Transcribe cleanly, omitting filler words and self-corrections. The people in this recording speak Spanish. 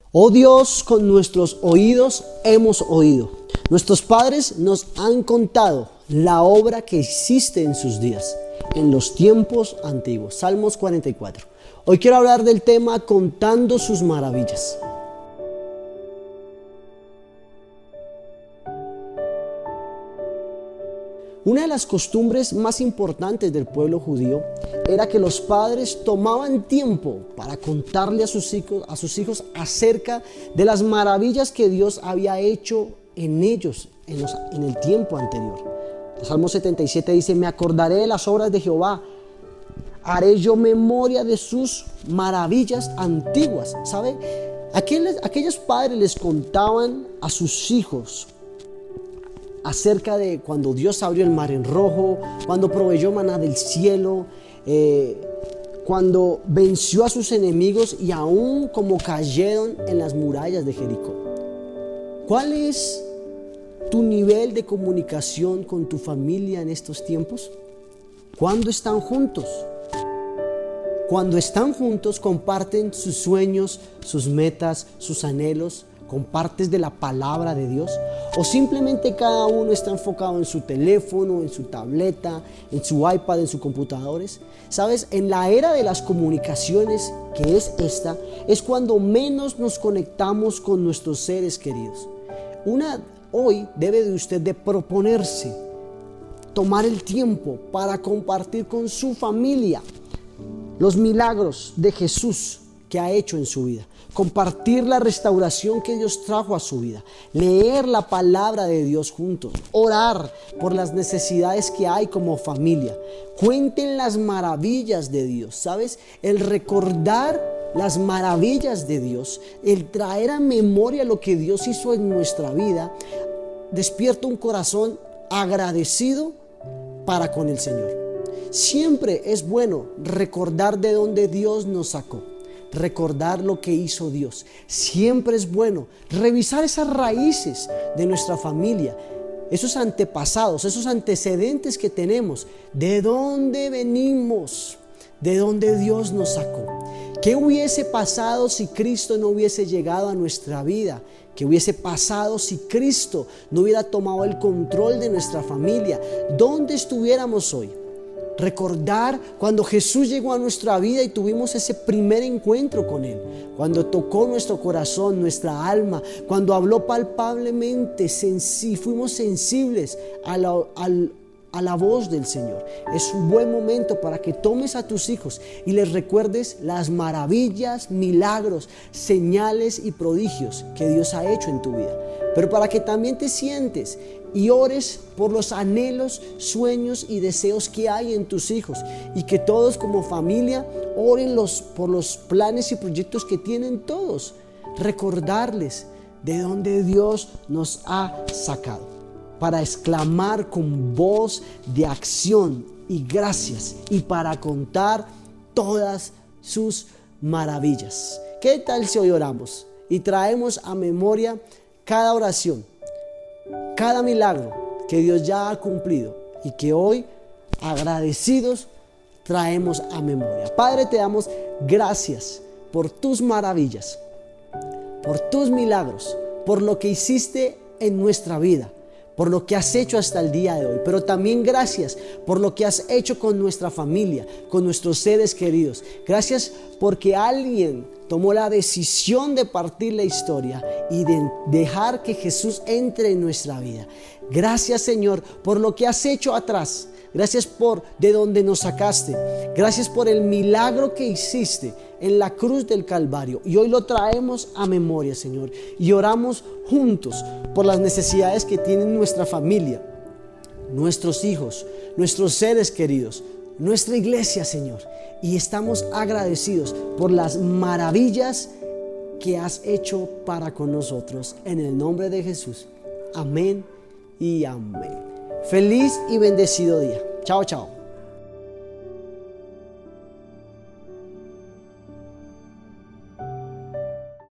Oh Dios, con nuestros oídos hemos oído. Nuestros padres nos han contado la obra que hiciste en sus días, en los tiempos antiguos. Salmos 44. Hoy quiero hablar del tema contando sus maravillas. Una de las costumbres más importantes del pueblo judío era que los padres tomaban tiempo para contarle a sus hijos acerca de las maravillas que Dios había hecho en ellos en el tiempo anterior. El Salmo 77 dice: me acordaré de las obras de Jehová, haré yo memoria de sus maravillas antiguas. ¿Sabe? Aquellos padres les contaban a sus hijos acerca de cuando Dios abrió el mar en rojo, cuando proveyó maná del cielo, cuando venció a sus enemigos y aún como cayeron en las murallas de Jericó. ¿Cuál es tu nivel de comunicación con tu familia en estos tiempos? ¿Cuándo están juntos? Cuando están juntos, comparten sus sueños, sus metas, sus anhelos. ¿Compartes de la palabra de Dios? ¿O simplemente cada uno está enfocado en su teléfono, en su tableta, en su iPad, en sus computadores? ¿Sabes? En la era de las comunicaciones, que es esta, es cuando menos nos conectamos con nuestros seres queridos. Hoy debe de usted de proponerse tomar el tiempo para compartir con su familia los milagros de Jesús que ha hecho en su vida, compartir la restauración que Dios trajo a su vida, leer la palabra de Dios juntos, orar por las necesidades que hay como familia. Cuenten las maravillas de Dios, ¿sabes? El recordar las maravillas de Dios, el traer a memoria lo que Dios hizo en nuestra vida, despierta un corazón agradecido para con el Señor. Siempre es bueno recordar de dónde Dios nos sacó, recordar lo que hizo Dios. Siempre es bueno revisar esas raíces de nuestra familia, esos antepasados, esos antecedentes que tenemos, de dónde venimos, de dónde Dios nos sacó. ¿Qué hubiese pasado si Cristo no hubiese llegado a nuestra vida? ¿Qué hubiese pasado si Cristo no hubiera tomado el control de nuestra familia? ¿Dónde estuviéramos hoy? Recordar cuando Jesús llegó a nuestra vida y tuvimos ese primer encuentro con Él, cuando tocó nuestro corazón, nuestra alma, cuando habló palpablemente, fuimos sensibles a la voz del Señor. Es un buen momento para que tomes a tus hijos y les recuerdes las maravillas, milagros, señales y prodigios que Dios ha hecho en tu vida. Pero para que también te sientes y ores por los anhelos, sueños y deseos que hay en tus hijos, y que todos como familia oren por los planes y proyectos que tienen todos. Recordarles de dónde Dios nos ha sacado, para exclamar con voz de acción y gracias, y para contar todas sus maravillas. ¿Qué tal si hoy oramos y traemos a memoria cada oración, cada milagro que Dios ya ha cumplido y que hoy, agradecidos, traemos a memoria? Padre, te damos gracias por tus maravillas, por tus milagros, por lo que hiciste en nuestra vida, por lo que has hecho hasta el día de hoy, pero también gracias por lo que has hecho con nuestra familia, con nuestros seres queridos. Gracias porque alguien tomó la decisión de partir la historia y de dejar que Jesús entre en nuestra vida. Gracias, Señor, por lo que has hecho atrás. Gracias por de donde nos sacaste. Gracias por el milagro que hiciste en la cruz del Calvario. Y hoy lo traemos a memoria, Señor. Y oramos juntos por las necesidades que tiene nuestra familia, nuestros hijos, nuestros seres queridos, nuestra iglesia, Señor. Y estamos agradecidos por las maravillas que has hecho para con nosotros. En el nombre de Jesús. Amén y amén. Feliz y bendecido día. Chao, chao.